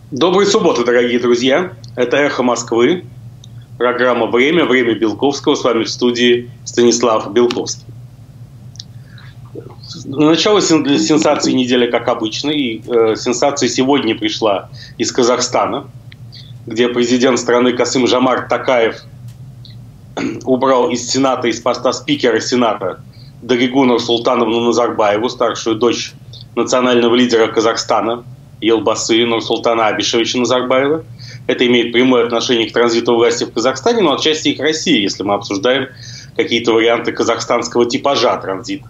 Доброй субботы, дорогие друзья. Это «Эхо Москвы», программа «Время», «Время Белковского». С вами в студии Станислав Белковский. Начало сенсации недели, как обычно. И сенсация сегодня пришла из Казахстана, где президент страны Касым-Жомарт Токаев убрал из Сената, из поста спикера Сената Даригу Нурсултановну Назарбаеву, старшую дочь национального лидера Казахстана Елбасы Нурсултана Абишевича Назарбаева. Это имеет прямое отношение к транзиту власти в Казахстане, но отчасти и к России, если мы обсуждаем какие-то варианты казахстанского типажа транзита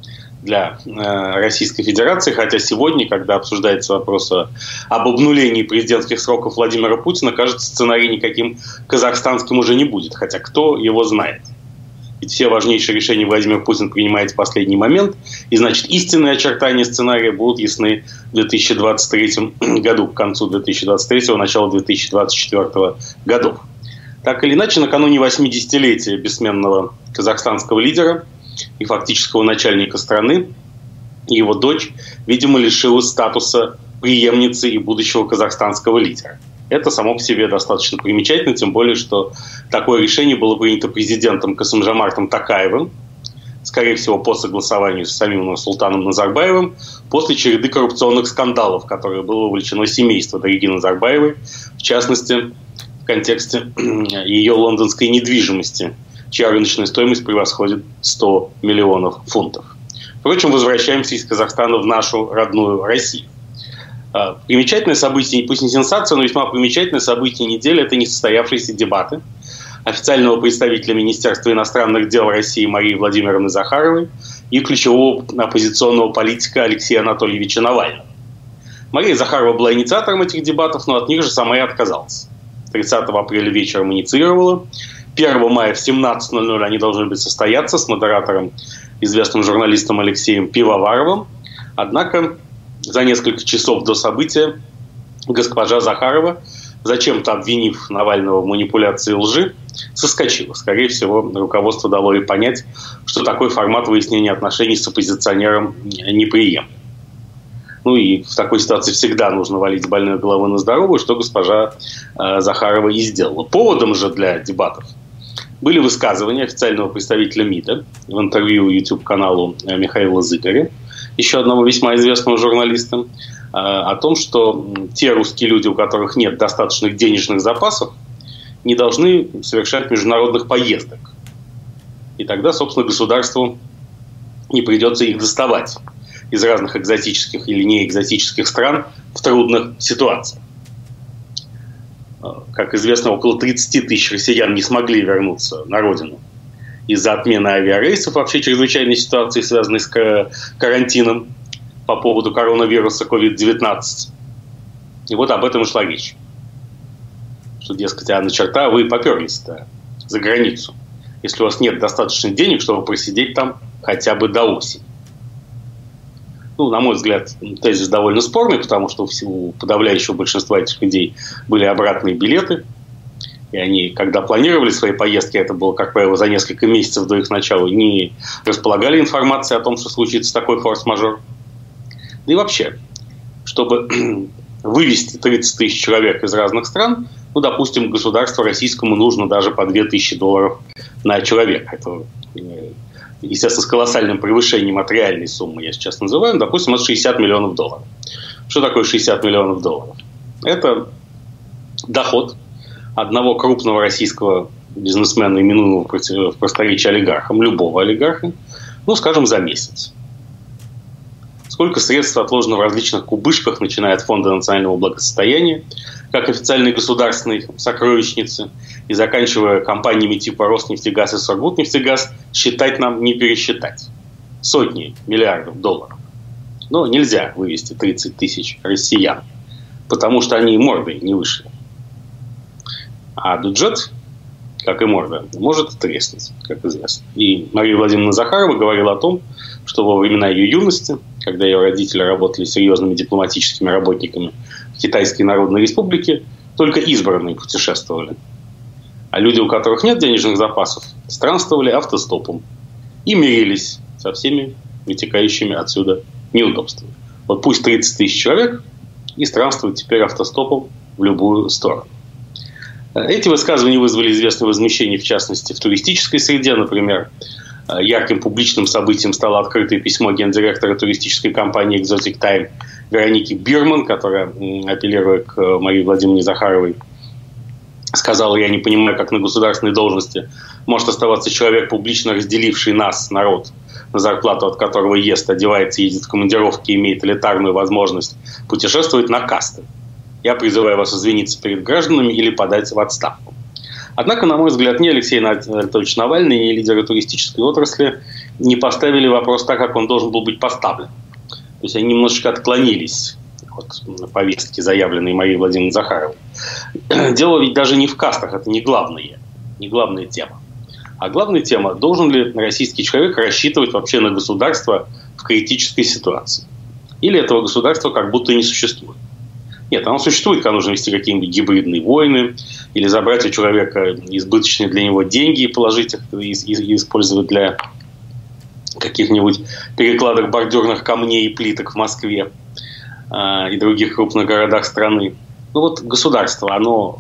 для Российской Федерации. Хотя сегодня, когда обсуждается вопрос об обнулении президентских сроков Владимира Путина, кажется, сценарий никаким казахстанским уже не будет. Хотя кто его знает. Ведь все важнейшие решения Владимир Путин принимает в последний момент. И значит, истинные очертания сценария будут ясны в 2023 году, к концу 2023, начала 2024 годов. Так или иначе, накануне 80-летия бессменного казахстанского лидера и фактического начальника страны, его дочь, видимо, лишилась статуса преемницы и будущего казахстанского лидера. Это само по себе достаточно примечательно, тем более, что такое решение было принято президентом Касым-Жомартом Токаевым, скорее всего, по согласованию с самим Нурсултаном Назарбаевым, после череды коррупционных скандалов, в которые было вовлечено семейство Дариги Назарбаевой, в частности, в контексте ее лондонской недвижимости, чья рыночная стоимость превосходит 100 миллионов фунтов. Впрочем, возвращаемся из Казахстана в нашу родную Россию. Примечательное событие, пусть не сенсация, но весьма примечательное событие недели – это несостоявшиеся дебаты официального представителя Министерства иностранных дел России Марии Владимировны Захаровой и ключевого оппозиционного политика Алексея Анатольевича Навального. Мария Захарова была инициатором этих дебатов, но от них же сама и отказалась. 30 апреля вечером инициировала. 1 мая в 17:00 они должны были состояться с модератором, известным журналистом Алексеем Пивоваровым. Однако за несколько часов до события госпожа Захарова, зачем-то обвинив Навального в манипуляции и лжи, соскочила. Скорее всего, руководство дало ей понять, что такой формат выяснения отношений с оппозиционером неприемлем. Ну и в такой ситуации всегда нужно валить с больной головы на здоровую, что госпожа Захарова и сделала. Поводом же для дебатов были высказывания официального представителя МИДа в интервью YouTube-каналу Михаила Зыкаря, еще одного весьма известного журналиста, о том, что те русские люди, у которых нет достаточных денежных запасов, не должны совершать международных поездок. И тогда, собственно, государству не придется их доставать из разных экзотических или неэкзотических стран в трудных ситуациях. Как известно, около 30 тысяч россиян не смогли вернуться на родину из-за отмены авиарейсов, вообще чрезвычайной ситуации, связанной с карантином по поводу коронавируса COVID-19. И вот об этом и шла речь. Что, дескать, на черта вы поперлись-то за границу, если у вас нет достаточно денег, чтобы просидеть там хотя бы до осени. Ну, на мой взгляд, тезис довольно спорный, потому что у подавляющего большинства этих людей были обратные билеты. И они, когда планировали свои поездки, это было, как правило, за несколько месяцев до их начала, не располагали информацией о том, что случится такой форс-мажор. Да и вообще, чтобы вывести 30 тысяч человек из разных стран, ну, допустим, государству российскому нужно даже по $2000 на человека. Это, естественно, с колоссальным превышением от реальной суммы, я сейчас называю. Допустим, это $60 миллионов. Что такое $60 миллионов? Это доход одного крупного российского бизнесмена, именуемого в просторечии олигархом, любого олигарха, ну, скажем, за месяц. Сколько средств отложено в различных кубышках, начиная от Фонда национального благосостояния, как официальной государственной сокровищницы, и заканчивая компаниями типа Роснефтегаз и Сургутнефтегаз, считать нам не пересчитать. Сотни миллиардов долларов. Но нельзя вывести 30 тысяч россиян, потому что они мордой не вышли. А бюджет, как и морда, может треснуть, как известно. И Мария Владимировна Захарова говорила о том, что во времена ее юности, когда ее родители работали серьезными дипломатическими работниками в Китайской Народной Республике, только избранные путешествовали. А люди, у которых нет денежных запасов, странствовали автостопом и мирились со всеми вытекающими отсюда неудобствами. Вот пусть 30 тысяч человек и странствовать теперь автостопом в любую сторону. Эти высказывания вызвали известное возмущение, в частности, в туристической среде. Например, ярким публичным событием стало открытое письмо гендиректора туристической компании Exotic Time Вероники Бирман, которая, апеллируя к Марии Владимировне Захаровой, сказала: «Я не понимаю, как на государственной должности может оставаться человек, публично разделивший нас, народ, на зарплату от которого ест, одевается, едет в командировки, имеет элитарную возможность путешествовать на касты. Я призываю вас извиниться перед гражданами или подать в отставку». Однако, на мой взгляд, ни Алексей Анатольевич Навальный, ни лидеры туристической отрасли не поставили вопрос так, как он должен был быть поставлен. То есть они немножечко отклонились от повестки, заявленной Марией Владимировной Захаровой. Дело ведь даже не в кастах, это не главная тема. А главная тема: должен ли российский человек рассчитывать вообще на государство в критической ситуации? Или этого государства как будто не существует? Нет, оно существует, когда нужно вести какие-нибудь гибридные войны, или забрать у человека избыточные для него деньги и положить их и использовать для каких-нибудь перекладок бордюрных камней и плиток в Москве и других крупных городах страны. Ну вот государство, оно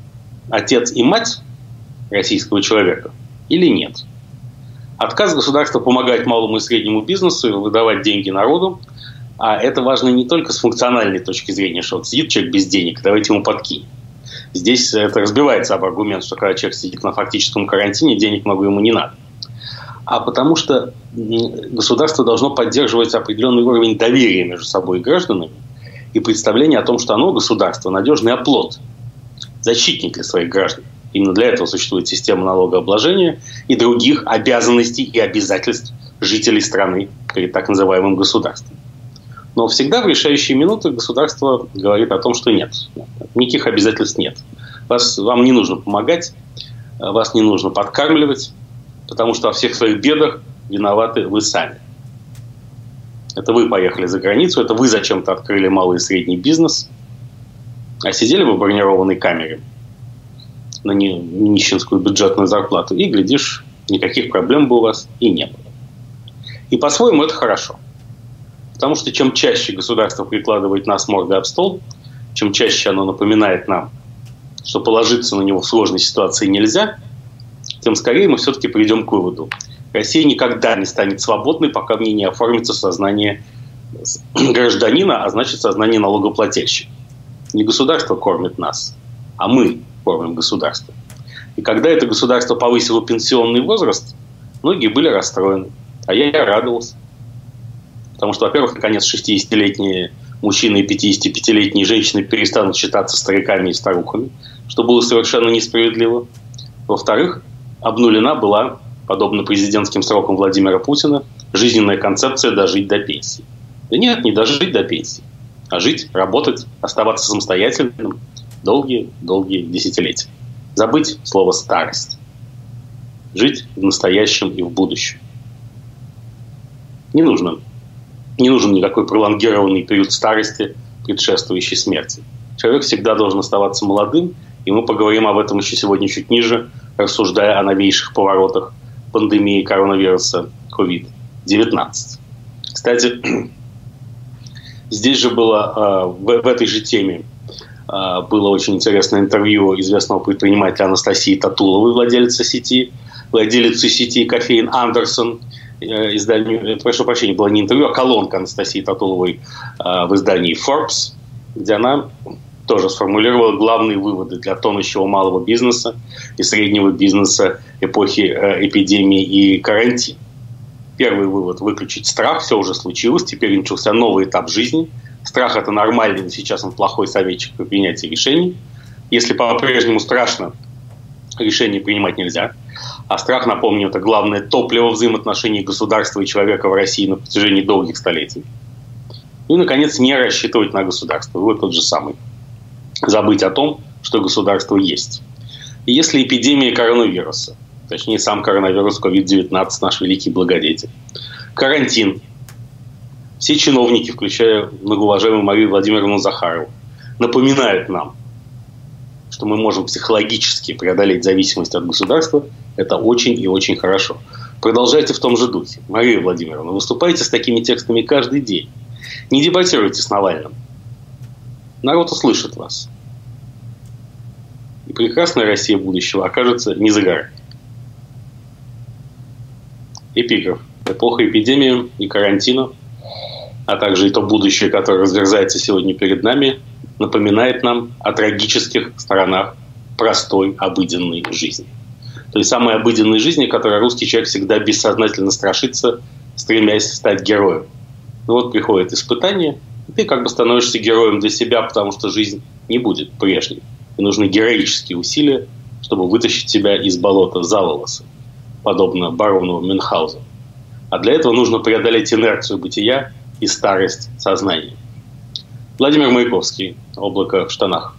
отец и мать российского человека или нет? Отказ государства помогать малому и среднему бизнесу и выдавать деньги народу, а это важно не только с функциональной точки зрения, что вот сидит человек без денег, давайте ему подкинем. Здесь это разбивается об аргумент, что когда человек сидит на фактическом карантине, денег много ему не надо. А потому что государство должно поддерживать определенный уровень доверия между собой и гражданами и представление о том, что оно, государство, надежный оплот, защитник для своих граждан. Именно для этого существует система налогообложения и других обязанностей и обязательств жителей страны перед так называемым государством. Но всегда в решающие минуты государство говорит о том, что нет. Никаких обязательств нет. Вам не нужно помогать, вас не нужно подкармливать, потому что во всех своих бедах виноваты вы сами. Это вы поехали за границу, это вы зачем-то открыли малый и средний бизнес, а сидели бы в бронированной камере на нищенскую бюджетную зарплату, и, глядишь, никаких проблем бы у вас и не было. И по-своему это хорошо. Потому что чем чаще государство прикладывает нас мордой об стол, чем чаще оно напоминает нам, что положиться на него в сложной ситуации нельзя, тем скорее мы все-таки придем к выводу: Россия никогда не станет свободной, пока в ней не оформится сознание гражданина, а значит сознание налогоплательщика. Не государство кормит нас, а мы кормим государство. И когда это государство повысило пенсионный возраст, многие были расстроены. А я радовался. Потому что, во-первых, наконец 60-летние мужчины и 55-летние женщины перестанут считаться стариками и старухами, что было совершенно несправедливо. Во-вторых, обнулена была, подобно президентским срокам Владимира Путина, жизненная концепция «дожить до пенсии». Да нет, не дожить до пенсии, а жить, работать, оставаться самостоятельным долгие десятилетия. Забыть слово «старость». Жить в настоящем и в будущем. Не нужен никакой пролонгированный период старости, предшествующий смерти. Человек всегда должен оставаться молодым, и мы поговорим об этом еще сегодня чуть ниже, рассуждая о новейших поворотах пандемии коронавируса COVID-19. Кстати, здесь же было, в этой же теме, было очень интересное интервью известного предпринимателя Анастасии Татуловой, владелицы сети кофеин «Андерсон». Прошу прощения, было не интервью, а колонка Анастасии Татуловой в издании Forbes, где она тоже сформулировала главные выводы для тонущего малого бизнеса и среднего бизнеса эпохи эпидемии и карантина. Первый вывод – выключить страх, все уже случилось, теперь начался новый этап жизни. Страх – это нормальный, но сейчас он плохой советчик при принятии решений. Если по-прежнему страшно, решения принимать нельзя. А страх, напомню, это главное топливо взаимоотношений государства и человека в России на протяжении долгих столетий. И, наконец, не рассчитывать на государство. Вывод тот же самый. Забыть о том, что государство есть. И если эпидемия коронавируса, точнее сам коронавирус COVID-19, наш великий благодетель, карантин, все чиновники, включая многоуважаемую Марию Владимировну Захарову, напоминают нам, что мы можем психологически преодолеть зависимость от государства, это очень и очень хорошо. Продолжайте в том же духе. Мария Владимировна, выступайте с такими текстами каждый день. Не дебатируйте с Навальным. Народ услышит вас. И прекрасная Россия будущего окажется не за горами. Эпиграф. Эпоха эпидемии и карантина, а также и то будущее, которое разверзается сегодня перед нами, напоминает нам о трагических сторонах простой, обыденной жизни. То есть самой обыденной жизни, которой русский человек всегда бессознательно страшится, стремясь стать героем. Но вот приходит испытание, и ты как бы становишься героем для себя, потому что жизнь не будет прежней. И нужны героические усилия, чтобы вытащить себя из болота за волосы, подобно барону Мюнхгаузену. А для этого нужно преодолеть инерцию бытия и старость сознания. Владимир Маяковский. «Облако в штанах».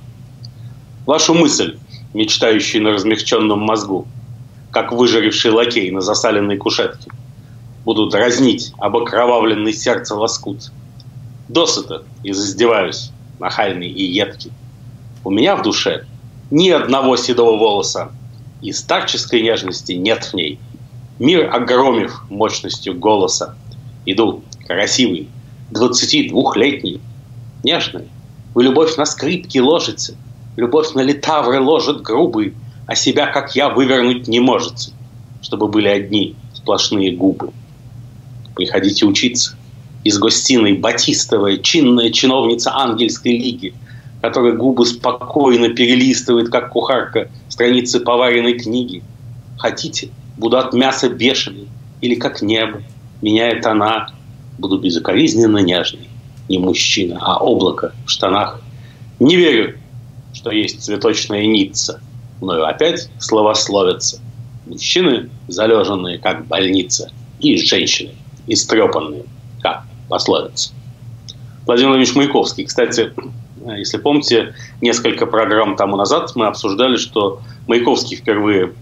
Вашу мысль, мечтающий на размягченном мозгу, как выжаревший лакей на засаленной кушетке, буду дразнить об окровавленный сердце лоскут. Досыта и издеваюсь, нахальный и едкий. У меня в душе ни одного седого волоса, и старческой нежности нет в ней. Мир огромив мощностью голоса. Иду, красивый, 22-летний, нежный. Вы любовь на скрипке ложите, любовь на литавры ложит грубый, а себя, как я, вывернуть не можете, чтобы были одни сплошные губы. Приходите учиться. Из гостиной Батистовая, чинная чиновница Ангельской лиги, которая губы спокойно перелистывает, как кухарка, страницы поваренной книги. Хотите, буду от мяса бешеный, или как небо, меняя тона, буду безукоризненно нежный. Не мужчина, а облако в штанах. Не верю, что есть цветочная ницца. Мною опять словословятся. Мужчины, залеженные, как больница, и женщины, истрепанные, как пословица. Владимир Владимирович Маяковский. Кстати, если помните, несколько программ тому назад мы обсуждали, что Маяковский впервые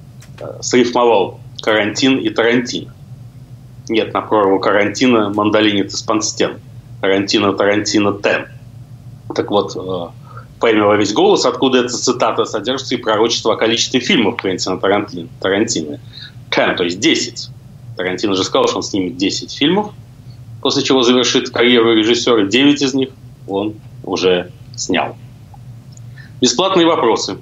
срифмовал карантин и Тарантино. Нет, на прорву карантина мандолинит из-под стен. Тарантино тен. Так вот, в поэме «Во весь голос», откуда эта цитата, содержится и пророчество о количестве фильмов Квентина Тарантино. Ten, то есть 10. Тарантино же сказал, что он снимет 10 фильмов, после чего завершит карьеру режиссера. 9 из них он уже снял. Бесплатные вопросы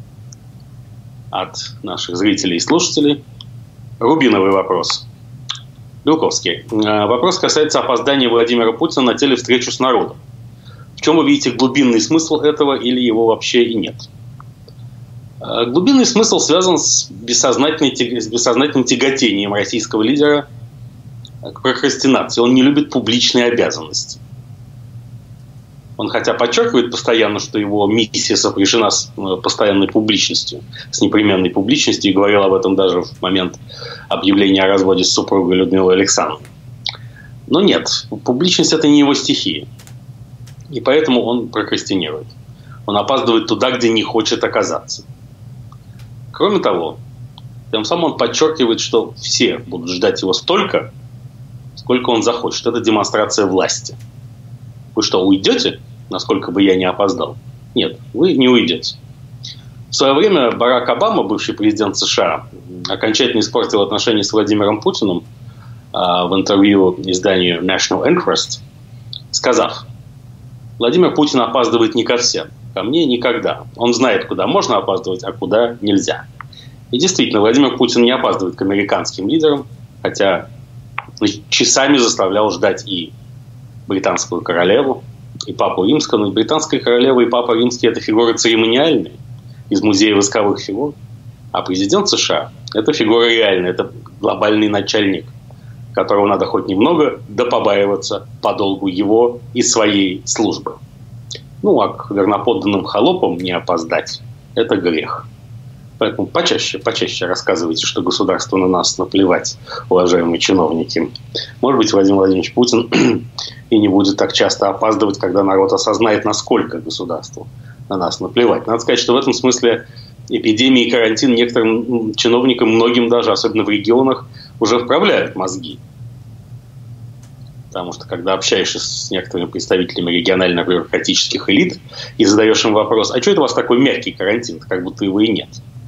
от наших зрителей и слушателей. Рубиновый вопрос. Белковский. Вопрос касается опоздания Владимира Путина на телевстречу с народом. В чем вы видите глубинный смысл этого или его вообще и нет? Глубинный смысл связан с бессознательным тяготением российского лидера к прокрастинации. Он не любит публичные обязанности. Он хотя подчеркивает постоянно, что его миссия сопряжена с постоянной публичностью, с непременной публичностью, и говорил об этом даже в момент объявления о разводе с супругой Людмилой Александровной. Но нет, публичность – это не его стихия. И поэтому он прокрастинирует. Он опаздывает туда, где не хочет оказаться. Кроме того, тем самым он подчеркивает, что все будут ждать его столько, сколько он захочет. Это демонстрация власти. Вы что, уйдете, насколько бы я не опоздал? Нет, вы не уйдете. В свое время Барак Обама, бывший президент США, окончательно испортил отношения с Владимиром Путиным в интервью изданию National Interest, сказав: Владимир Путин опаздывает не ко всем, ко мне никогда. Он знает, куда можно опаздывать, а куда нельзя. И действительно, Владимир Путин не опаздывает к американским лидерам, хотя часами заставлял ждать и британскую королеву, и папу римского. Но британская королева и папа римский – это фигуры церемониальные из музея восковых фигур. А президент США – это фигура реальная, это глобальный начальник, которого надо хоть немного да побаиваться по долгу его и своей службы. Ну, а к верноподданным холопам не опоздать – это грех. Поэтому почаще рассказывайте, что государству на нас наплевать, уважаемые чиновники. Может быть, Владимир Владимирович Путин и не будет так часто опаздывать, когда народ осознает, насколько государству на нас наплевать. Надо сказать, что в этом смысле эпидемия и карантин некоторым чиновникам, многим даже, особенно в регионах, уже вправляют мозги. Потому что, когда общаешься с некоторыми представителями регионально-бюрократических элит и задаешь им вопрос: а что это у вас такой мягкий карантин, как будто его и нет?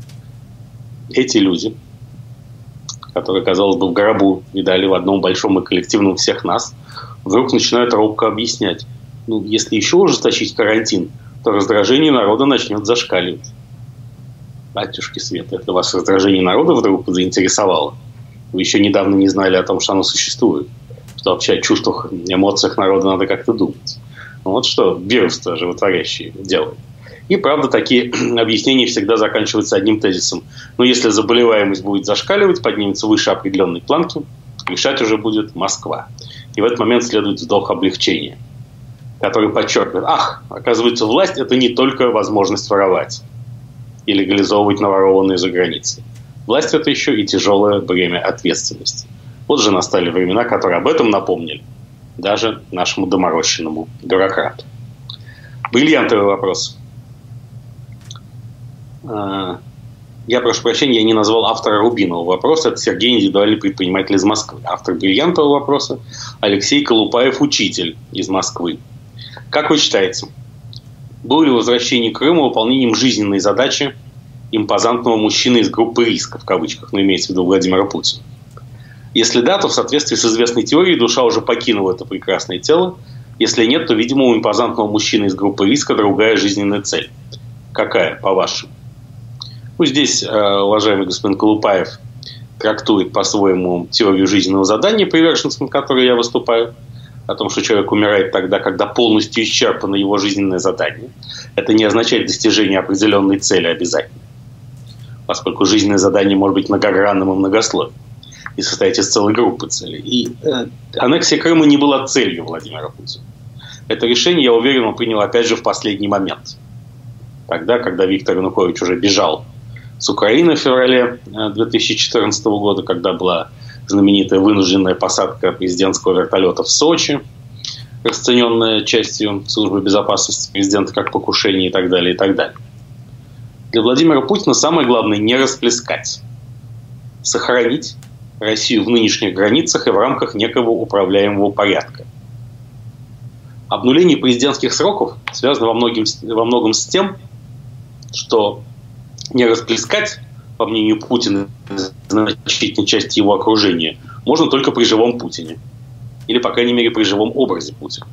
Эти люди, которые, казалось бы, в гробу видали в одном большом и коллективном всех нас, вдруг начинают робко объяснять: Ну, если еще ужесточить карантин, то раздражение народа начнет зашкаливать. Батюшки Света, это вас раздражение народа вдруг заинтересовало? Вы еще недавно не знали о том, что оно существует. Что вообще о чувствах, эмоциях народа надо как-то думать. Ну, вот что вирус-то животворящий делает. И, правда, такие объяснения всегда заканчиваются одним тезисом. Но если заболеваемость будет зашкаливать, поднимется выше определенной планки, решать уже будет Москва. И в этот момент следует вздох облегчения, который подчеркивает: ах, оказывается, власть – это не только возможность воровать и легализовывать наворованные за границей. Власть – это еще и тяжелое бремя ответственности. Вот же настали времена, которые об этом напомнили даже нашему доморощенному бюрократу. Бриллиантовый вопрос. Я прошу прощения, я не назвал автора рубинового вопроса. Это Сергей, индивидуальный предприниматель из Москвы. Автор бриллиантового вопроса Алексей Колупаев, учитель из Москвы. Как вы считаете, было ли возвращение Крыма выполнением жизненной задачи импозантного мужчины из группы риска, в кавычках, но имеется в виду Владимира Путина? Если да, то в соответствии с известной теорией душа уже покинула это прекрасное тело. Если нет, то, видимо, у импозантного мужчины из группы риска другая жизненная цель. Какая, по-вашему? Ну, здесь уважаемый господин Колупаев трактует по-своему теорию жизненного задания, приверженцем которой я выступаю, о том, что человек умирает тогда, когда полностью исчерпано его жизненное задание. Это не означает достижение определенной цели обязательно, поскольку жизненное задание может быть многогранным и многослойным и состоять из целой группы целей. И аннексия Крыма не была целью Владимира Путина. Это решение, я уверен, он принял опять же в последний момент. Тогда, когда Виктор Янукович уже бежал с Украины в феврале 2014 года, когда была знаменитая вынужденная посадка президентского вертолета в Сочи, расцененная частью службы безопасности президента как покушение и так далее, и так далее. Для Владимира Путина самое главное не расплескать, сохранить Россию в нынешних границах и в рамках некого управляемого порядка. Обнуление президентских сроков связано во многом с тем, что не расплескать, по мнению Путина, значительной части его окружения, можно только при живом Путине. Или, по крайней мере, при живом образе Путина.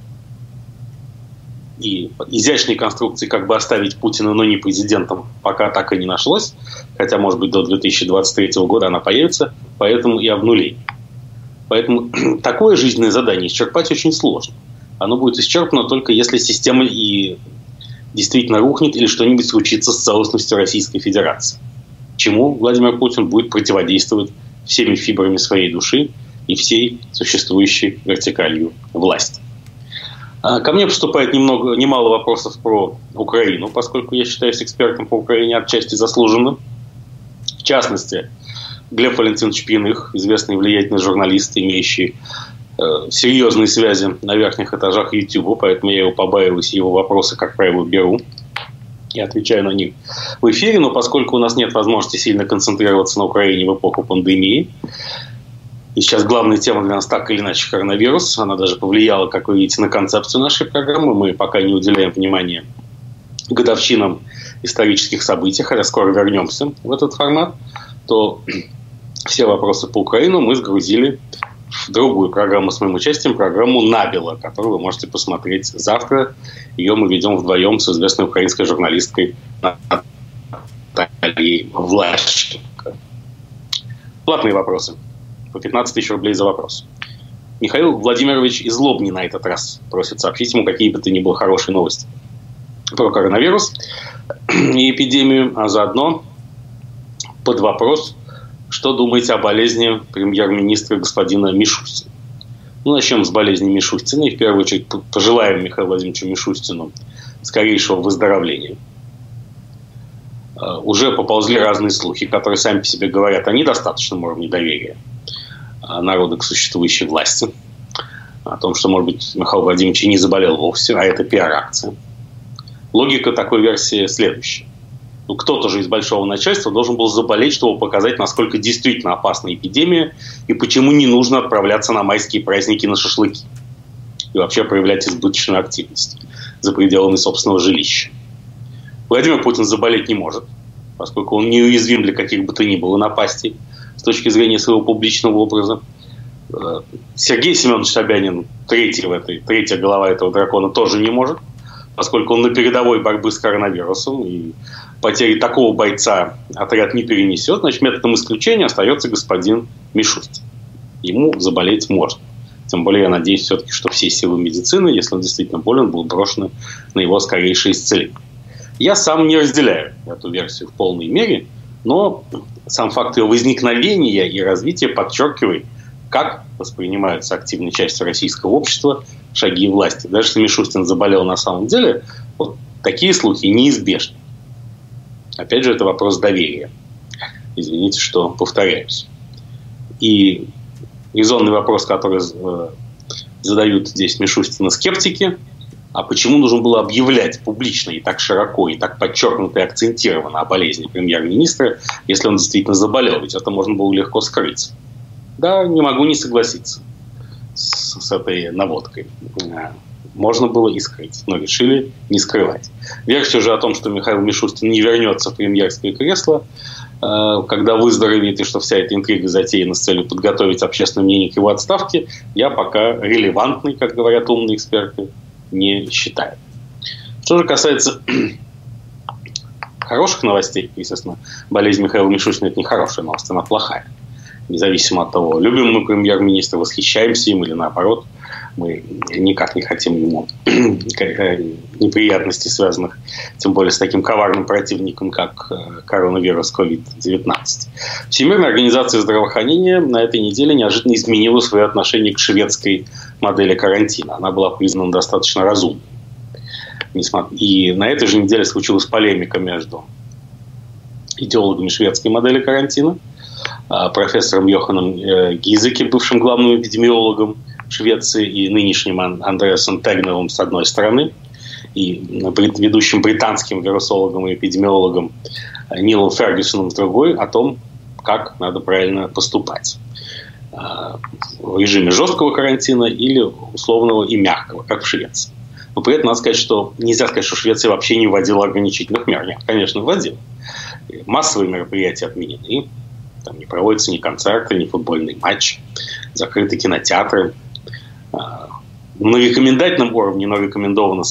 И изящной конструкции как бы оставить Путина, но не президентом, пока так и не нашлось. Хотя, может быть, до 2023 года она появится. Поэтому и обнуление. Поэтому такое жизненное задание исчерпать очень сложно. Оно будет исчерпано только если система и действительно рухнет или что-нибудь случится с целостностью Российской Федерации. Чему Владимир Путин будет противодействовать всеми фибрами своей души и всей существующей вертикалью власти. Ко мне поступает немало вопросов про Украину, поскольку я считаюсь экспертом по Украине отчасти заслуженным. В частности, Глеб Валентинович Пьяных, известный влиятельный журналист, имеющий серьезные связи на верхних этажах YouTube, поэтому я его побаиваюсь, его вопросы, как правило, беру и отвечаю на них в эфире. Но поскольку у нас нет возможности сильно концентрироваться на Украине в эпоху пандемии, и сейчас главная тема для нас так или иначе коронавирус, она даже повлияла, как вы видите, на концепцию нашей программы. Мы пока не уделяем внимания годовщинам исторических событий, хотя скоро вернемся в этот формат, то все вопросы по Украине мы сгрузили в другую программу с моим участием, программу «Набело», которую вы можете посмотреть завтра. Ее мы ведем вдвоем с известной украинской журналисткой Натальей Влащенко. Платные вопросы. По 15 тысяч рублей за вопрос. Михаил Владимирович из Лобни на этот раз просит сообщить ему какие бы то ни было хорошие новости про коронавирус и эпидемию, а заодно под вопрос, что думаете о болезни премьер-министра господина Мишустина. Ну, начнем с болезни Мишустина. И в первую очередь пожелаем Михаилу Владимировичу Мишустину скорейшего выздоровления. Уже поползли разные слухи, которые сами по себе говорят о недостаточном уровне доверия народа к существующей власти. О том, что, может быть, Михаил Владимирович и не заболел вовсе, а это пиар-акция. Логика такой версии следующая. Ну, кто-то же из большого начальства должен был заболеть, чтобы показать, насколько действительно опасна эпидемия и почему не нужно отправляться на майские праздники на шашлыки и вообще проявлять избыточную активность за пределами собственного жилища. Владимир Путин заболеть не может, поскольку он неуязвим для каких бы то ни было напастей с точки зрения своего публичного образа. Сергей Семенович Собянин, третья голова этого дракона, тоже не может, поскольку он на передовой борьбы с коронавирусом, и потери такого бойца отряд не перенесет. Значит, методом исключения остается господин Мишустин. Ему заболеть можно. Тем более, я надеюсь все-таки, что все силы медицины, если он действительно болен, будут брошены на его скорейшее исцеление. Я сам не разделяю эту версию в полной мере, но сам факт ее возникновения и развития подчеркивает, как воспринимаются активной частью российского общества шаги власти. Даже если Мишустин заболел на самом деле, вот такие слухи неизбежны. Опять же, это вопрос доверия. Извините, что повторяюсь. И резонный вопрос, который задают здесь Мишустина скептики, а почему нужно было объявлять публично и так широко, и так подчеркнуто и акцентированно о болезни премьер-министра, если он действительно заболел? Ведь это можно было легко скрыть. Да, не могу не согласиться с этой наводкой. Можно было и скрыть, но решили не скрывать. Версия же о том, что Михаил Мишустин не вернется в премьерское кресло, когда выздоровеет, и что вся эта интрига затеяна с целью подготовить общественное мнение к его отставке, я пока релевантной, как говорят умные эксперты, не считаю. Что же касается хороших новостей, естественно, болезнь Михаила Мишустина – это не хорошая новость, она плохая. Независимо от того, любим мы премьер-министра, восхищаемся им или наоборот, мы никак не хотим ему неприятностей, связанных тем более с таким коварным противником, как коронавирус COVID-19. Всемирная организация здравоохранения на этой неделе неожиданно изменила свое отношение к шведской модели карантина. Она была признана достаточно разумной. И на этой же неделе случилась полемика между идеологами шведской модели карантина, профессором Йоханом Гизеке, бывшим главным эпидемиологом Швеции, и нынешним Андреасом Тегнером с одной стороны, и ведущим британским вирусологом и эпидемиологом Нилом Фергюсоном с другой, о том, как надо правильно поступать в режиме жесткого карантина или условного и мягкого, как в Швеции. Но при этом надо сказать, что нельзя сказать, что Швеция вообще не вводила ограничительных мер. Нет, конечно, вводила. Массовые мероприятия отменены. Там не проводятся ни концерты, ни футбольные матчи, закрыты кинотеатры. На рекомендательном уровне, но рекомендовано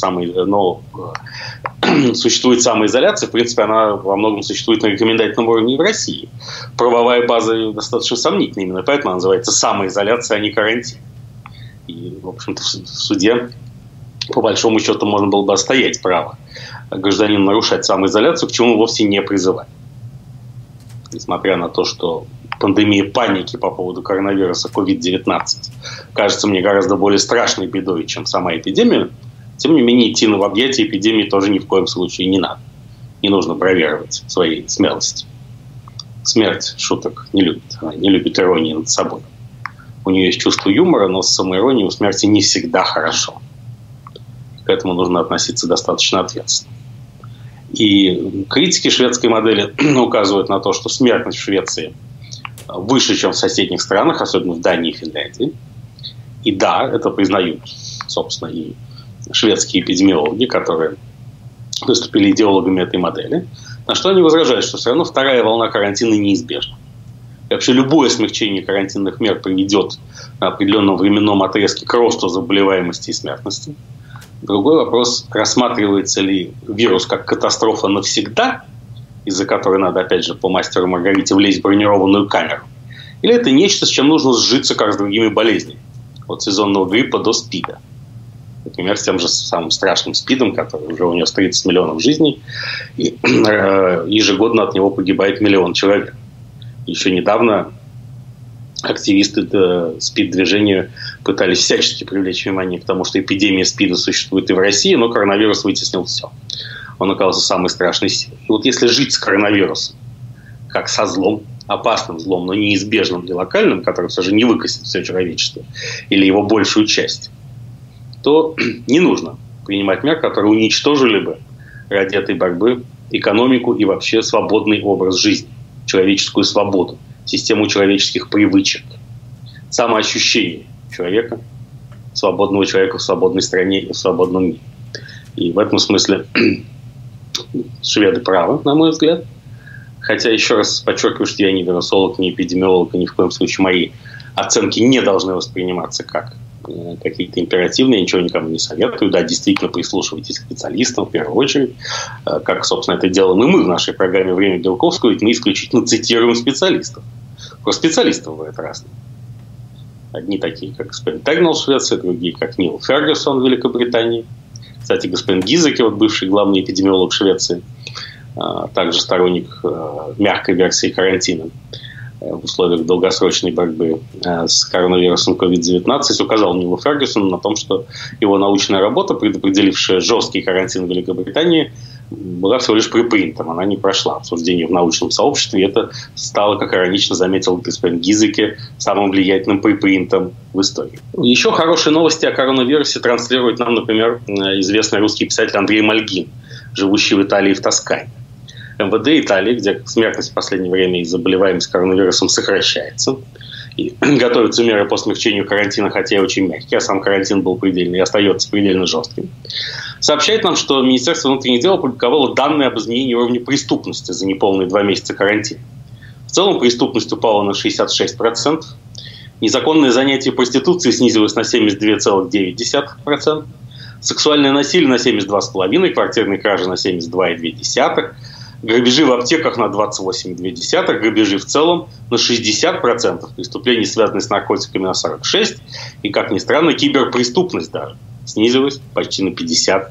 существует самоизоляция. В принципе, она во многом существует на рекомендательном уровне и в России. Правовая база достаточно сомнительная. Именно поэтому она называется самоизоляция, а не карантин. И, в общем-то, в суде, по большому счету, можно было бы отстоять право гражданина нарушать самоизоляцию, к чему вовсе не призывать. Несмотря на то, что пандемия паники по поводу коронавируса COVID-19 кажется мне гораздо более страшной бедой, чем сама эпидемия, тем не менее идти в объятия эпидемии тоже ни в коем случае не надо. Не нужно бравировать своей смелости. Смерть шуток не любит. Она не любит иронии над собой. У нее есть чувство юмора, но с самоиронией у смерти не всегда хорошо. К этому нужно относиться достаточно ответственно. И критики шведской модели указывают на то, что смертность в Швеции выше, чем в соседних странах, особенно в Дании и Финляндии. И да, это признают, собственно, и шведские эпидемиологи, которые выступили идеологами этой модели. На что они возражают, что все равно вторая волна карантина неизбежна. И вообще любое смягчение карантинных мер приведет на определенном временном отрезке к росту заболеваемости и смертности. Другой вопрос, рассматривается ли вирус как катастрофа навсегда, из-за которой надо, опять же, по мастеру Маргарите влезть в бронированную камеру, или это нечто, с чем нужно сжиться, как с другими болезнями, от сезонного гриппа до СПИДа. Например, с тем же самым страшным СПИДом, который уже унес 30 миллионов жизней, и ежегодно от него погибает 1 миллион человек. Еще недавно активисты СПИД-движения пытались всячески привлечь внимание к тому, что эпидемия СПИДа существует и в России, но коронавирус вытеснил все. Он оказался самой страшной силой. И вот если жить с коронавирусом, как со злом, опасным злом, но неизбежным и локальным, который все же не выкосит все человечество, или его большую часть, то не нужно принимать мер, которые уничтожили бы ради этой борьбы экономику и вообще свободный образ жизни, человеческую свободу, систему человеческих привычек, самоощущение человека, свободного человека в свободной стране и в свободном мире. И в этом смысле шведы правы, на мой взгляд. Хотя, еще раз подчеркиваю, что я не вирусолог, не эпидемиолог, и ни в коем случае мои оценки не должны восприниматься как какие-то императивные, ничего никому не советую. Да, действительно, прислушивайтесь к специалистам в первую очередь, как, собственно, это делаем и мы в нашей программе «Время Белковского», ведь мы исключительно цитируем специалистов. Про специалистов бывает разные. Одни такие, как господин Тегнал в Швеции, другие, как Нил Фергюсон в Великобритании. Кстати, господин Гизеке, вот бывший главный эпидемиолог Швеции, также сторонник мягкой версии карантина в условиях долгосрочной борьбы с коронавирусом COVID-19, указал Нилу Фергюсону на том, что его научная работа, предопределившая жесткий карантин в Великобритании, была всего лишь препринтом, она не прошла обсуждение в научном сообществе, и это стало, как иронично заметил господин Гизеке, самым влиятельным препринтом в истории. Еще хорошие новости о коронавирусе транслирует нам, например, известный русский писатель Андрей Мальгин, живущий в Италии, в Тоскане. МВД Италии, где смертность в последнее время и заболеваемость коронавирусом сокращается, и готовятся меры по смягчению карантина, хотя и очень мягкие, а сам карантин был предельный и остается предельно жестким, сообщает нам, что Министерство внутренних дел опубликовало данные об изменении уровня преступности за неполные 2 месяца карантина. В целом преступность упала на 66%, незаконное занятие проституцией снизилось на 72,9%, сексуальное насилие на 72,5%, квартирные кражи на 72,2%, грабежи в аптеках на 28,2%, грабежи в целом на 60%, преступлений, связанные с наркотиками, на 46%, и, как ни странно, киберпреступность даже снизилась почти на 50%.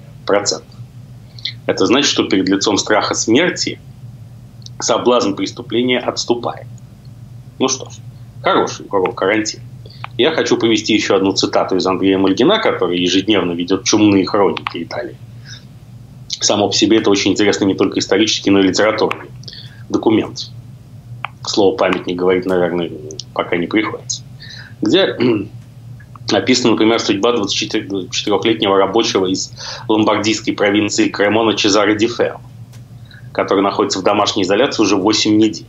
Это значит, что перед лицом страха смерти соблазн преступления отступает. Ну что ж, хороший урок карантин. Я хочу привести еще одну цитату из Андрея Мальгина, который ежедневно ведет чумные хроники Италии. Само по себе это очень интересный не только исторический, но и литературный документ. Слово «памятник» говорить, наверное, пока не приходится. Где описана, например, судьба 24-летнего рабочего из ломбардийской провинции Кремона Чезаре Ди Фермо, который находится в домашней изоляции уже 8 недель.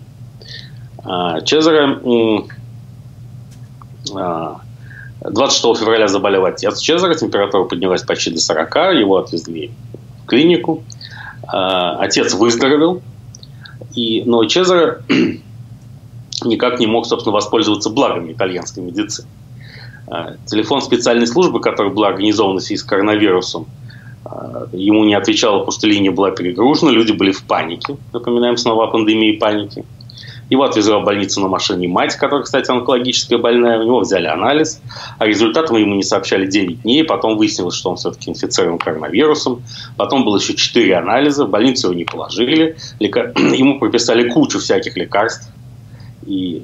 Чезаре 26 февраля заболел отец Чезаре, температура поднялась почти до 40, его отвезли в клинику. Отец выздоровел, но Чезаре никак не мог, собственно, воспользоваться благами итальянской медицины. Телефон специальной службы, который был организован в связи с коронавирусом, ему не отвечал, потому что линия была перегружена, люди были в панике. Напоминаем снова о пандемии паники. Его отвезла в больницу на машине мать, которая, кстати, онкологическая больная. У него взяли анализ, а результатом ему не сообщали 9 дней. Потом выяснилось, что он все-таки инфицирован коронавирусом. Потом было еще 4 анализа. В больницу его не положили. Ему прописали кучу всяких лекарств. И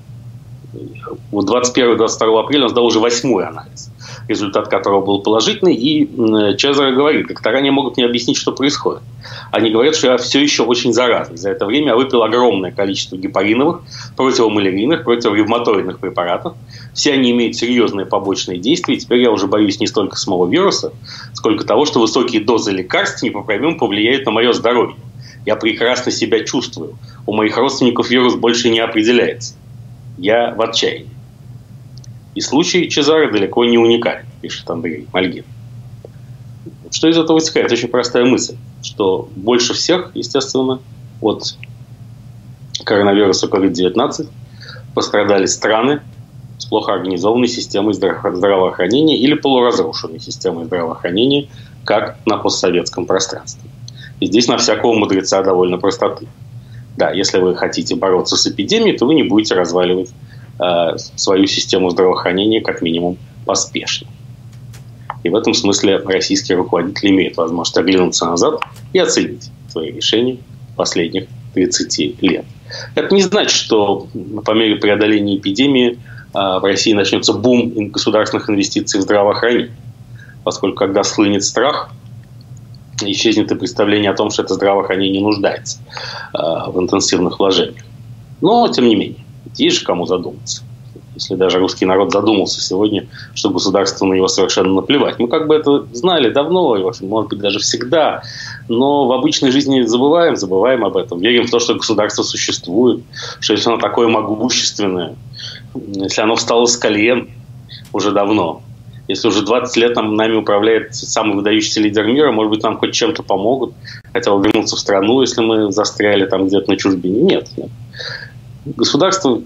21-22 апреля он сдал уже 8-й анализ, результат которого был положительный. И Чезаре говорит, доктора не могут мне объяснить, что происходит. Они говорят, что я все еще очень заразный. За это время я выпил огромное количество гепариновых, противомалярийных, противоревматоидных препаратов. Все они имеют серьезные побочные действия. И теперь я уже боюсь не столько самого вируса, сколько того, что высокие дозы лекарств непоправимо повлияют на мое здоровье. Я прекрасно себя чувствую. У моих родственников вирус больше не определяется. Я в отчаянии. И случай Чезаре далеко не уникален, пишет Андрей Мальгин. Что из этого вытекает? Очень простая мысль, что больше всех, естественно, от коронавируса COVID-19 пострадали страны с плохо организованной системой здравоохранения или полуразрушенной системой здравоохранения, как на постсоветском пространстве. И здесь на всякого мудреца довольно простоты. Да, если вы хотите бороться с эпидемией, то вы не будете разваливать свою систему здравоохранения как минимум поспешно. И в этом смысле российские руководители имеют возможность оглянуться назад и оценить свои решения последних 30 лет. Это не значит, что по мере преодоления эпидемии в России начнется бум государственных инвестиций в здравоохранение. Поскольку когда схлынет страх, исчезнет и представление о том, что это здравоохранение нуждается в интенсивных вложениях. Но, тем не менее, есть же кому задуматься. Если даже русский народ задумался сегодня, что государству на него совершенно наплевать. Мы как бы это знали давно, и, может быть, даже всегда. Но в обычной жизни забываем об этом. Верим в то, что государство существует, что если оно такое могущественное, если оно встало с колен уже давно, если уже 20 лет нами управляет самый выдающийся лидер мира, может быть, нам хоть чем-то помогут, хотя бы вернуться в страну, если мы застряли там где-то на чужбине. Нет. государство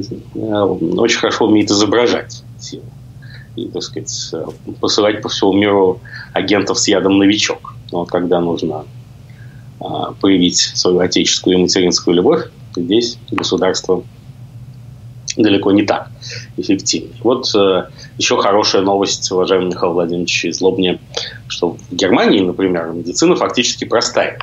очень хорошо умеет изображать силу. И, так сказать, посылать по всему миру агентов с ядом «новичок». Но вот когда нужно проявить свою отеческую и материнскую любовь, то здесь государство далеко не так эффективно. Вот еще хорошая новость, уважаемый Михаил Владимирович из Лобни, что в Германии, например, медицина фактически простая.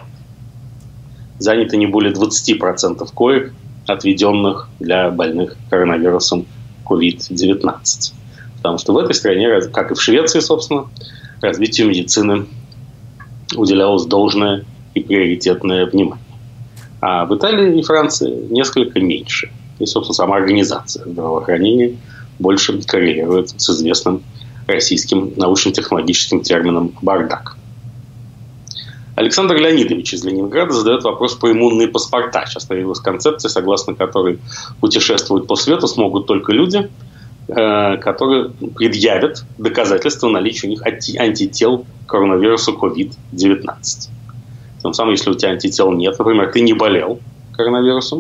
Занято не более 20% коек, отведенных для больных коронавирусом COVID-19. Потому что в этой стране, как и в Швеции, собственно, развитию медицины уделялось должное и приоритетное внимание. А в Италии и Франции несколько меньше. И, собственно, сама организация здравоохранения больше коррелирует с известным российским научно-технологическим термином «бардак». Александр Леонидович из Ленинграда задает вопрос про иммунные паспорта. Сейчас появилась концепция, согласно которой путешествовать по свету смогут только люди, которые предъявят доказательства наличия у них антител к коронавирусу COVID-19. Тем самым, если у тебя антител нет, например, ты не болел коронавирусом,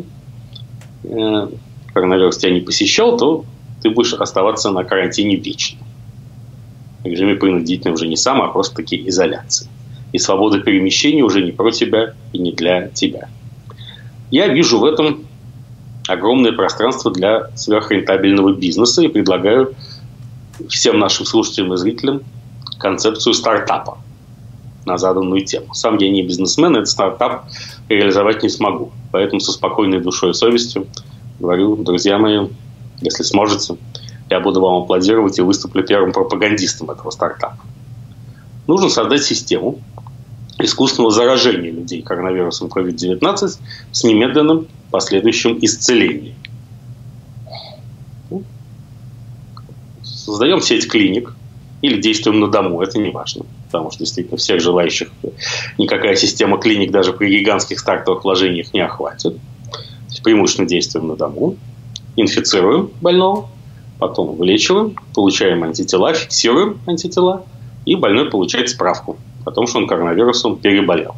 коронавирус тебя не посещал, то ты будешь оставаться на карантине вечно. В режиме принудительной уже не сам, а просто-таки изоляции. И свобода перемещения уже не про тебя и не для тебя. Я вижу в этом огромное пространство для сверхрентабельного бизнеса и предлагаю всем нашим слушателям и зрителям концепцию стартапа на заданную тему. Сам я не бизнесмен, этот стартап реализовать не смогу. Поэтому со спокойной душой и совестью говорю, друзья мои, если сможете, я буду вам аплодировать и выступлю первым пропагандистом этого стартапа. Нужно создать систему искусственного заражения людей коронавирусом COVID-19 с немедленным последующим исцелением. Создаем сеть клиник или действуем на дому, это не важно. Потому что действительно всех желающих никакая система клиник даже при гигантских стартовых вложениях не охватит. Преимущественно действуем на дому, инфицируем больного, потом вылечиваем, получаем антитела, фиксируем антитела, и больной получает справку о том, что он коронавирусом переболел.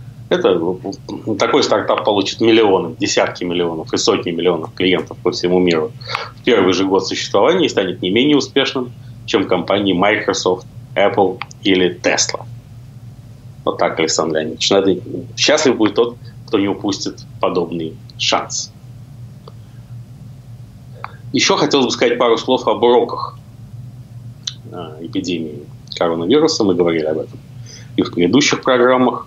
Такой стартап получит миллионы, десятки миллионов и сотни миллионов клиентов по всему миру в первый же год существования и станет не менее успешным, чем компании Microsoft, Apple или Tesla. Вот так, Александр Леонидович. Счастлив будет тот, кто не упустит подобный шанс. Еще хотелось бы сказать пару слов об уроках эпидемии коронавируса. Мы говорили об этом и в предыдущих программах.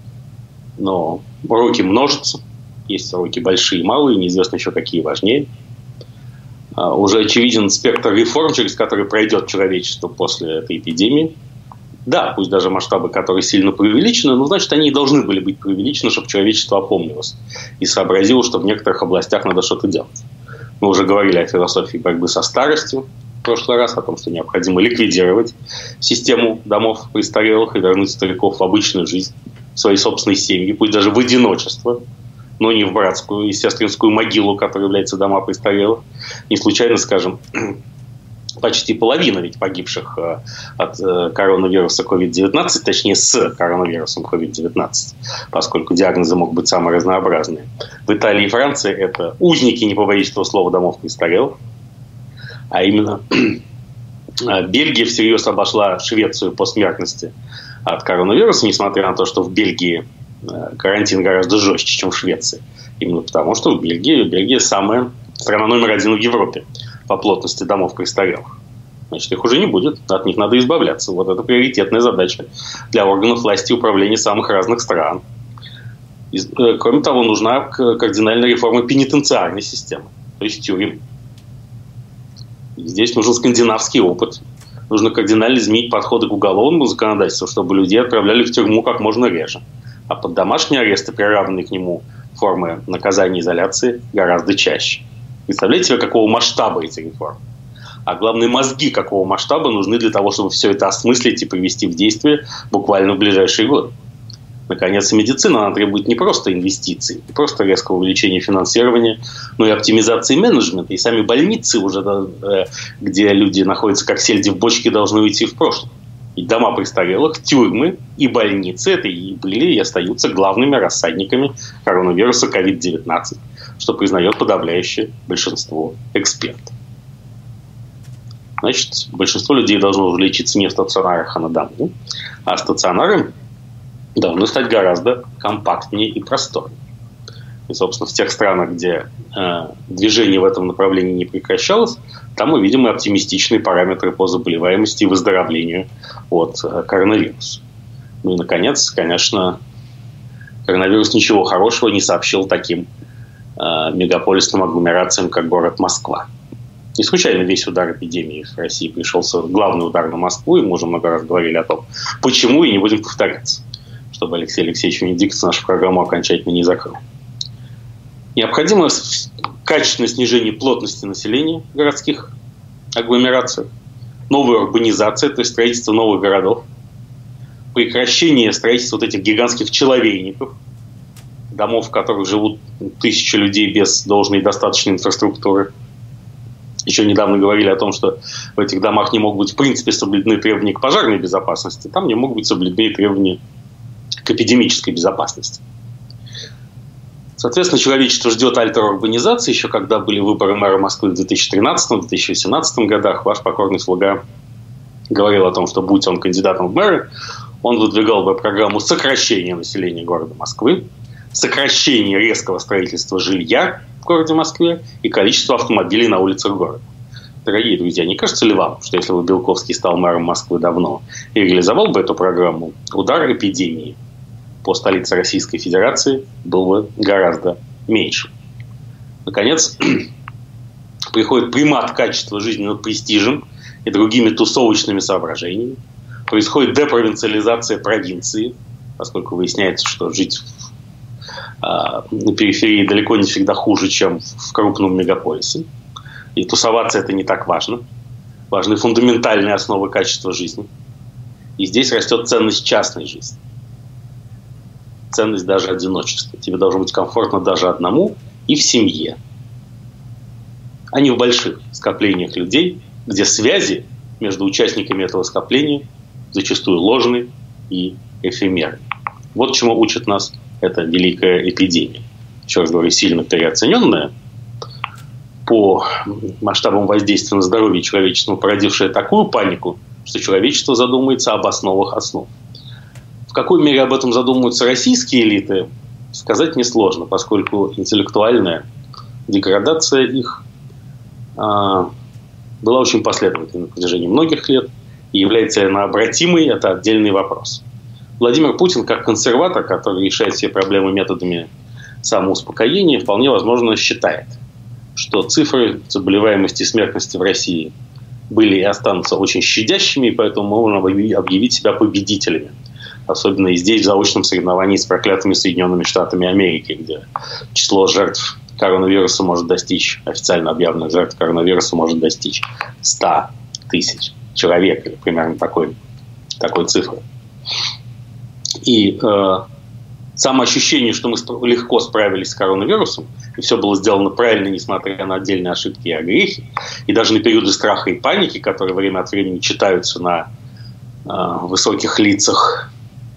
Но уроки множатся. Есть уроки большие и малые, неизвестно еще какие важнее. Уже очевиден спектр реформ, через который пройдет человечество после этой эпидемии. Да, пусть даже масштабы, которые сильно преувеличены, но значит, они и должны были быть преувеличены, чтобы человечество опомнилось и сообразило, что в некоторых областях надо что-то делать. Мы уже говорили о философии борьбы со старостью в прошлый раз, о том, что необходимо ликвидировать систему домов престарелых и вернуть стариков в обычную жизнь, в свои собственные семьи, пусть даже в одиночество, но не в братскую и сестринскую могилу, которая является дома престарелых. Не случайно, скажем, почти половина ведь погибших от коронавируса COVID-19, точнее с коронавирусом COVID-19, поскольку диагнозы могут быть самые разнообразные. В Италии и Франции это узники, не побоюсь этого слова, домов престарелых, а именно Бельгия всерьез обошла Швецию по смертности от коронавируса, несмотря на то, что в Бельгии карантин гораздо жестче, чем в Швеции. Именно потому, что Бельгия самая страна номер один в Европе по плотности домов престарелых. Значит, их уже не будет. От них надо избавляться. Вот это приоритетная задача для органов власти и управления самых разных стран. Кроме того, нужна кардинальная реформа пенитенциарной системы, то есть тюрем. Здесь нужен скандинавский опыт. Нужно кардинально изменить подходы к уголовному законодательству, чтобы людей отправляли в тюрьму как можно реже. А под домашний арест и приравненные к нему формы наказания и изоляции гораздо чаще. Представляете себе, какого масштаба эти реформы? А главное, мозги какого масштаба нужны для того, чтобы все это осмыслить и привести в действие буквально в ближайшие годы. Наконец, и медицина, она требует не просто инвестиций, не просто резкого увеличения финансирования, но и оптимизации менеджмента. И сами больницы уже, где люди находятся как сельди в бочке, должны уйти в прошлое. И дома престарелых, тюрьмы и больницы это и были и остаются главными рассадниками коронавируса COVID-19, что признает подавляющее большинство экспертов. Значит, большинство людей должно лечиться не в стационарах, а на дому. А стационары должны стать гораздо компактнее и просторнее. И, собственно, в тех странах, где движение в этом направлении не прекращалось, там мы видим и оптимистичные параметры по заболеваемости и выздоровлению от коронавируса. Ну и, наконец, конечно, коронавирус ничего хорошего не сообщил таким мегаполисным агломерациям, как город Москва. Не случайно весь удар эпидемии в России пришелся, главный удар на Москву, и мы уже много раз говорили о том, почему, и не будем повторяться, чтобы Алексей Алексеевич Венедиктов нашу программу окончательно не закрыл. Необходимо качественное снижение плотности населения в городских агломерациях, новая урбанизация, то есть строительство новых городов, прекращение строительства вот этих гигантских человейников, домов, в которых живут тысячи людей без должной и достаточной инфраструктуры. Еще недавно говорили о том, что в этих домах не могут быть в принципе соблюдены требования к пожарной безопасности, там не могут быть соблюдены требования к эпидемической безопасности. Соответственно, человечество ждет альтерурбанизации. Еще когда были выборы мэра Москвы в 2013-2018 годах, ваш покорный слуга говорил о том, что будь он кандидатом в мэры, он выдвигал бы программу сокращения населения города Москвы, сокращения резкого строительства жилья в городе Москве и количества автомобилей на улицах города. Дорогие друзья, не кажется ли вам, что если бы Белковский стал мэром Москвы давно и реализовал бы эту программу, удар эпидемии по столице Российской Федерации был бы гораздо меньше? Наконец, приходит примат качества жизни над престижем и другими тусовочными соображениями. Происходит депровинциализация провинции, поскольку выясняется, что жить на периферии далеко не всегда хуже, чем в крупном мегаполисе. И тусоваться это не так важно. Важны фундаментальные основы качества жизни. И здесь растет ценность частной жизни. Ценность даже одиночества. Тебе должно быть комфортно даже одному и в семье. А не в больших скоплениях людей, где связи между участниками этого скопления зачастую ложны и эфемерны. Вот чему учит нас эта великая эпидемия. Еще раз говорю, сильно переоцененная по масштабам воздействия на здоровье человечества, породившая такую панику, что человечество задумается об основах основ. В какой мере об этом задумываются российские элиты, сказать несложно, поскольку интеллектуальная деградация их была очень последовательной на протяжении многих лет, и является ли она обратимой, это отдельный вопрос. Владимир Путин, как консерватор, который решает все проблемы методами самоуспокоения, вполне возможно считает, что цифры заболеваемости и смертности в России были и останутся очень щадящими, и поэтому мы можем объявить себя победителями. Особенно и здесь, в заочном соревновании с проклятыми Соединенными Штатами Америки, где число жертв коронавируса может достичь, официально объявленных жертв коронавируса может достичь 100 тысяч человек, или примерно такой цифры. И самоощущение, что мы легко справились с коронавирусом, и все было сделано правильно, несмотря на отдельные ошибки и огрехи, и даже на периоды страха и паники, которые время от времени читаются на высоких лицах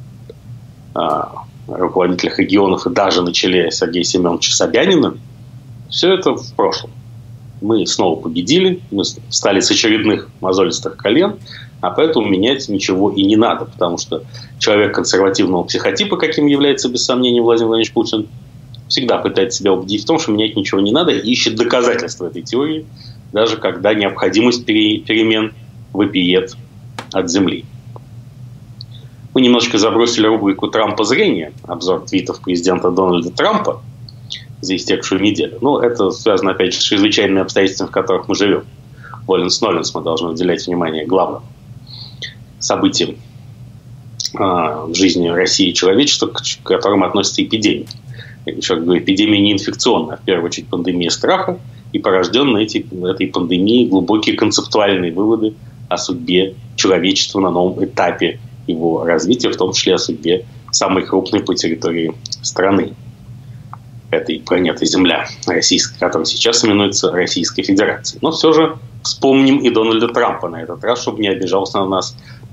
руководителях регионов и даже на челе Сергея Семеновича Собянина, все это в прошлом. Мы снова победили, мы встали с очередных мозолистых колен, а поэтому менять ничего и не надо, потому что человек консервативного психотипа, каким является без сомнения Владимир Владимирович Путин, всегда пытается себя убедить в том, что менять ничего не надо, и ищет доказательства этой теории, даже когда необходимость перемен вопиет от земли. Мы немножко забросили рубрику «Трампа зрения», обзор твитов президента Дональда Трампа за истекшую неделю. Но это связано, опять же, с чрезвычайными обстоятельствами, в которых мы живем. Воленс-ноленс, мы должны уделять внимание главным событиям в жизни России и человечества, к которым относится эпидемия. Еще раз говорю, эпидемия не инфекционная, а в первую очередь пандемия страха, и порожденные этой пандемией глубокие концептуальные выводы о судьбе человечества на новом этапе его развития, в том числе о судьбе самой крупной по территории страны, этой планеты Земля, российской, которая сейчас именуется Российской Федерацией. Но все же вспомним и Дональда Трампа на этот раз, чтобы не обижался на нас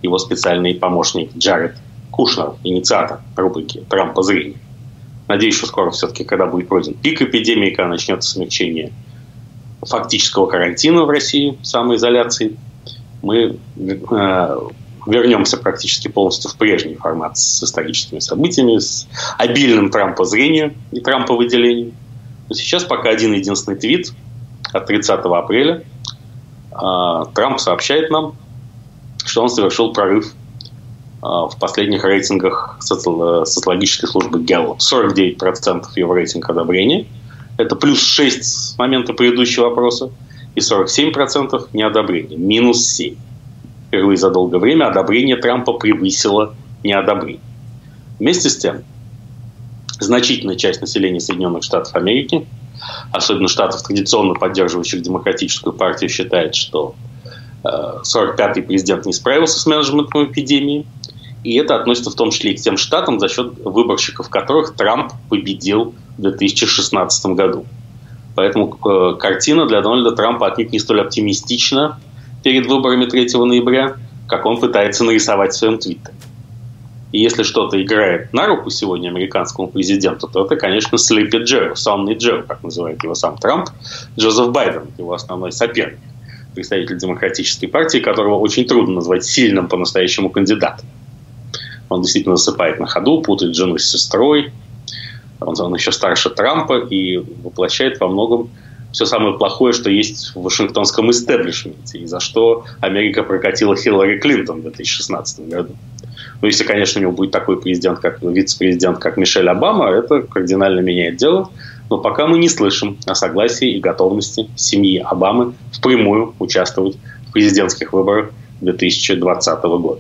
его специальный помощник Джаред Кушнер, инициатор рубрики «Трамп по зрению». Надеюсь, что скоро все-таки, когда будет пройден пик эпидемии, когда начнется смягчение фактического карантина в России, самоизоляции, мы вернемся практически полностью в прежний формат с историческими событиями, с обильным Трампо-зрением и Трампо-выделением. Но сейчас пока один-единственный твит от 30 апреля. Трамп сообщает нам, что он совершил прорыв в последних рейтингах социологической службы Gallup. 49% его рейтинг одобрения. Это плюс 6 с момента предыдущего опроса. И 47% неодобрения. Минус 7. Впервые за долгое время одобрение Трампа превысило неодобрение. Вместе с тем, значительная часть населения Соединенных Штатов Америки, особенно штатов, традиционно поддерживающих демократическую партию, считает, что 45-й президент не справился с менеджментом эпидемии. И это относится в том числе и к тем штатам, за счет выборщиков которых Трамп победил в 2016 году. Поэтому картина для Дональда Трампа отнюдь не столь оптимистична перед выборами 3 ноября, как он пытается нарисовать в своем твиттере. И если что-то играет на руку сегодня американскому президенту, то это, конечно, Sleepy Joe, сонный Джо, как называет его сам Трамп, Джозеф Байден, его основной соперник, представитель демократической партии, которого очень трудно назвать сильным по-настоящему кандидатом. Он действительно засыпает на ходу, путает жену с сестрой. Он еще старше Трампа и воплощает во многом все самое плохое, что есть в вашингтонском истеблишменте, и за что Америка прокатила Хиллари Клинтон в 2016 году. Ну, если, конечно, у него будет такой президент, как вице-президент, как Мишель Обама, это кардинально меняет дело. Но пока мы не слышим о согласии и готовности семьи Обамы впрямую участвовать в президентских выборах 2020 года.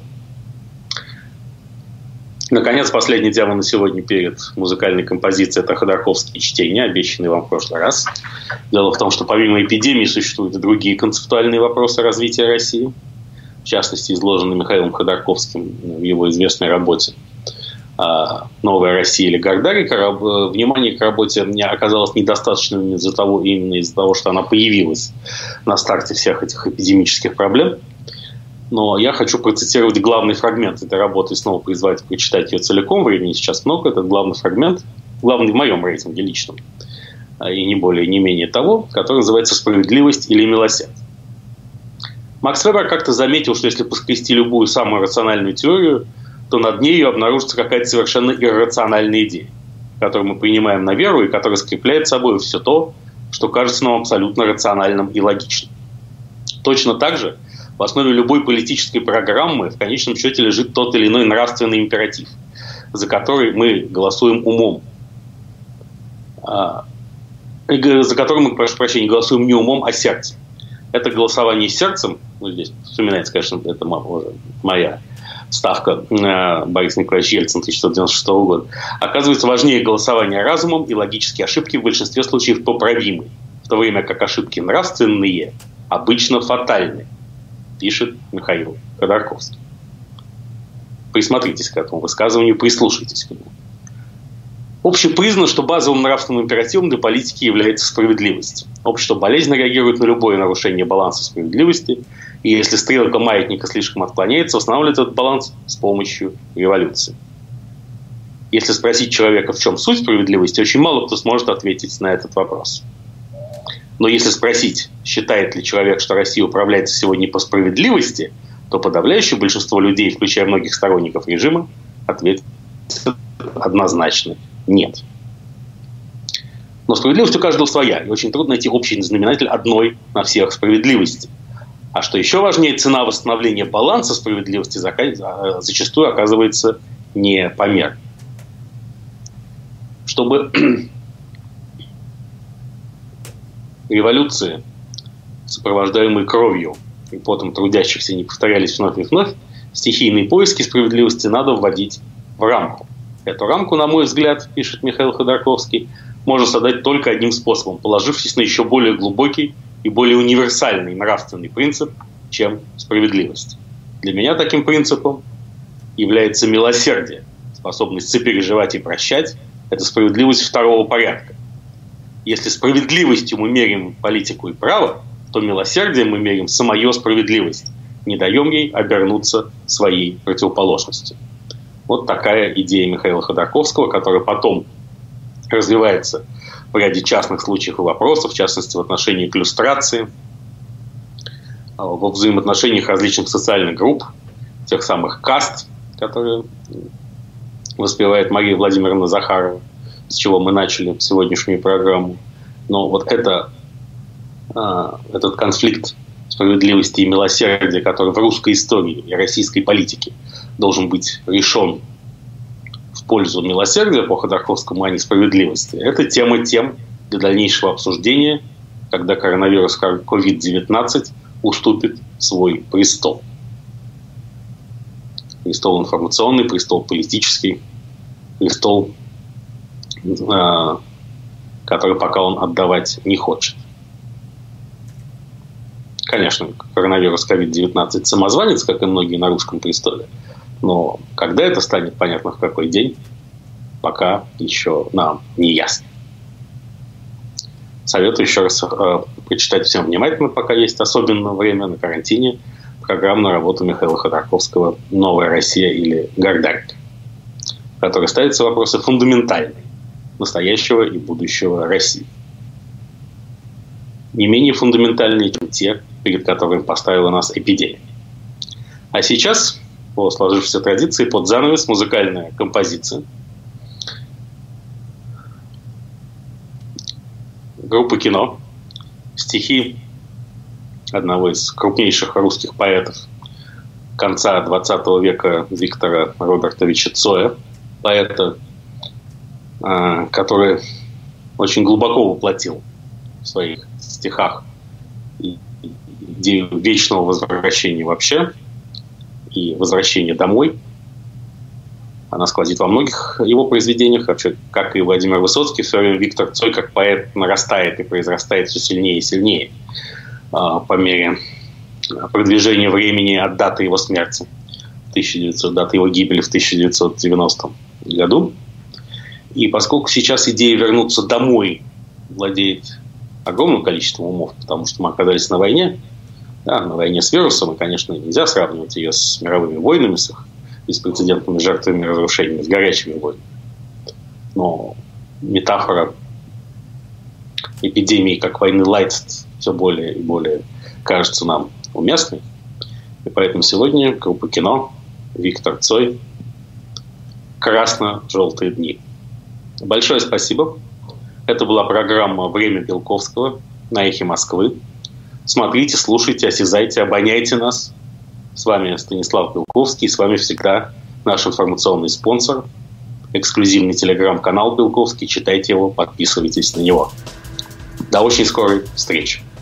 Наконец, последняя тема на сегодня перед музыкальной композицией – это ходорковские чтения, обещанные вам в прошлый раз. Дело в том, что помимо эпидемии существуют и другие концептуальные вопросы развития России. В частности, изложенные Михаилом Ходорковским в его известной работе «Новая Россия» или «Гордарика». Внимание к работе мне оказалось недостаточным именно из-за того, что она появилась на старте всех этих эпидемических проблем. Но я хочу процитировать главный фрагмент этой работы и снова призвать прочитать ее целиком. Времени сейчас много. Этот главный фрагмент, главный в моем рейтинге личном, и не более, не менее того, который называется «Справедливость или милосердие». Макс Вебер как-то заметил, что если поскрести любую самую рациональную теорию, то над нею обнаружится какая-то совершенно иррациональная идея, которую мы принимаем на веру и которая скрепляет собой все то, что кажется нам абсолютно рациональным и логичным. Точно так же в основе любой политической программы в конечном счете лежит тот или иной нравственный императив, за который мы голосуем умом. За который мы, прошу прощения, голосуем не умом, а сердцем. Это голосование сердцем, ну, здесь вспоминается, конечно, это моя ставка Бориса Николаевича Ельцина 1996 года, оказывается важнее голосования разумом, и логические ошибки в большинстве случаев поправимы, в то время как ошибки нравственные обычно фатальны, пишет Михаил Ходорковский. Присмотритесь к этому высказыванию, прислушайтесь к нему. Общепризнано, что базовым нравственным императивом для политики является справедливость. Общество болезненно реагирует на любое нарушение баланса справедливости, и если стрелка маятника слишком отклоняется, восстанавливает этот баланс с помощью революции. Если спросить человека, в чем суть справедливости, очень мало кто сможет ответить на этот вопрос. Но если спросить, считает ли человек, что Россия управляется сегодня по справедливости, то подавляющее большинство людей, включая многих сторонников режима, ответит однозначно нет. Но справедливость у каждого своя, и очень трудно найти общий знаменатель одной на всех справедливости. А что еще важнее, цена восстановления баланса справедливости зачастую оказывается непомерной. Чтобы революции, сопровождаемые кровью и потом трудящихся, не повторялись вновь и вновь, стихийные поиски справедливости надо вводить в рамку. Эту рамку, на мой взгляд, пишет Михаил Ходорковский, можно создать только одним способом, положившись на еще более глубокий и более универсальный нравственный принцип, чем справедливость. Для меня таким принципом является милосердие, способность сопереживать и прощать. Это справедливость второго порядка. Если справедливостью мы меряем политику и право, то милосердием мы меряем самую справедливость. не даем ей обернуться своей противоположностью. Вот такая идея Михаила Ходорковского, которая потом развивается в ряде частных случаев и вопросов, в частности, в отношении к люстрации, во взаимоотношениях различных социальных групп, тех самых каст, которые воспевает Мария Владимировна Захарова, с чего мы начали сегодняшнюю программу. Но вот этот конфликт справедливости и милосердия, который в русской истории и российской политике должен быть решен в пользу милосердия по Ходорковскому, а не справедливости, это тема тем для дальнейшего обсуждения, когда коронавирус COVID-19 уступит свой престол. Престол информационный, престол политический, престол, который пока он отдавать не хочет. Конечно, коронавирус COVID-19 самозванец, как и многие на русском престоле. Но когда это станет, понятно, в какой день, пока еще нам не ясно. Советую еще раз прочитать всем внимательно, пока есть особенно время на карантине, программную работу Михаила Ходорковского «Новая Россия» или «Гордарик», в которой ставятся вопросы фундаментальные настоящего и будущего России. Не менее фундаментальные, чем те, перед которыми поставила нас эпидемия. А сейчас, по сложившейся традиции, под занавес музыкальная композиция группы «Кино», стихи одного из крупнейших русских поэтов конца XX века Виктора Робертовича Цоя, поэта, который очень глубоко воплотил в своих стихах идею вечного возвращения вообще и возвращения домой. Она сквозит во многих его произведениях, вообще, как и Владимир Высоцкий, все время Виктор Цой как поэт нарастает и произрастает все сильнее и сильнее по мере продвижения времени от даты его смерти, даты его гибели в 1990 году. И поскольку сейчас идея вернуться домой владеет огромным количеством умов, потому что мы оказались на войне, да, на войне с вирусом, и, конечно, нельзя сравнивать ее с мировыми войнами, с их беспрецедентными жертвами и разрушениями, с горячими войнами. Но метафора эпидемии как войны лайт все более и более кажется нам уместной. И поэтому сегодня группа «Кино», Виктор Цой, «Красно-желтые дни». Большое спасибо. Это была программа «Время Белковского» на Эхе Москвы. Смотрите, слушайте, осязайте, обоняйте нас. С вами Станислав Белковский. С вами всегда наш информационный спонсор. Эксклюзивный телеграм-канал Белковский. Читайте его, подписывайтесь на него. До очень скорой встречи.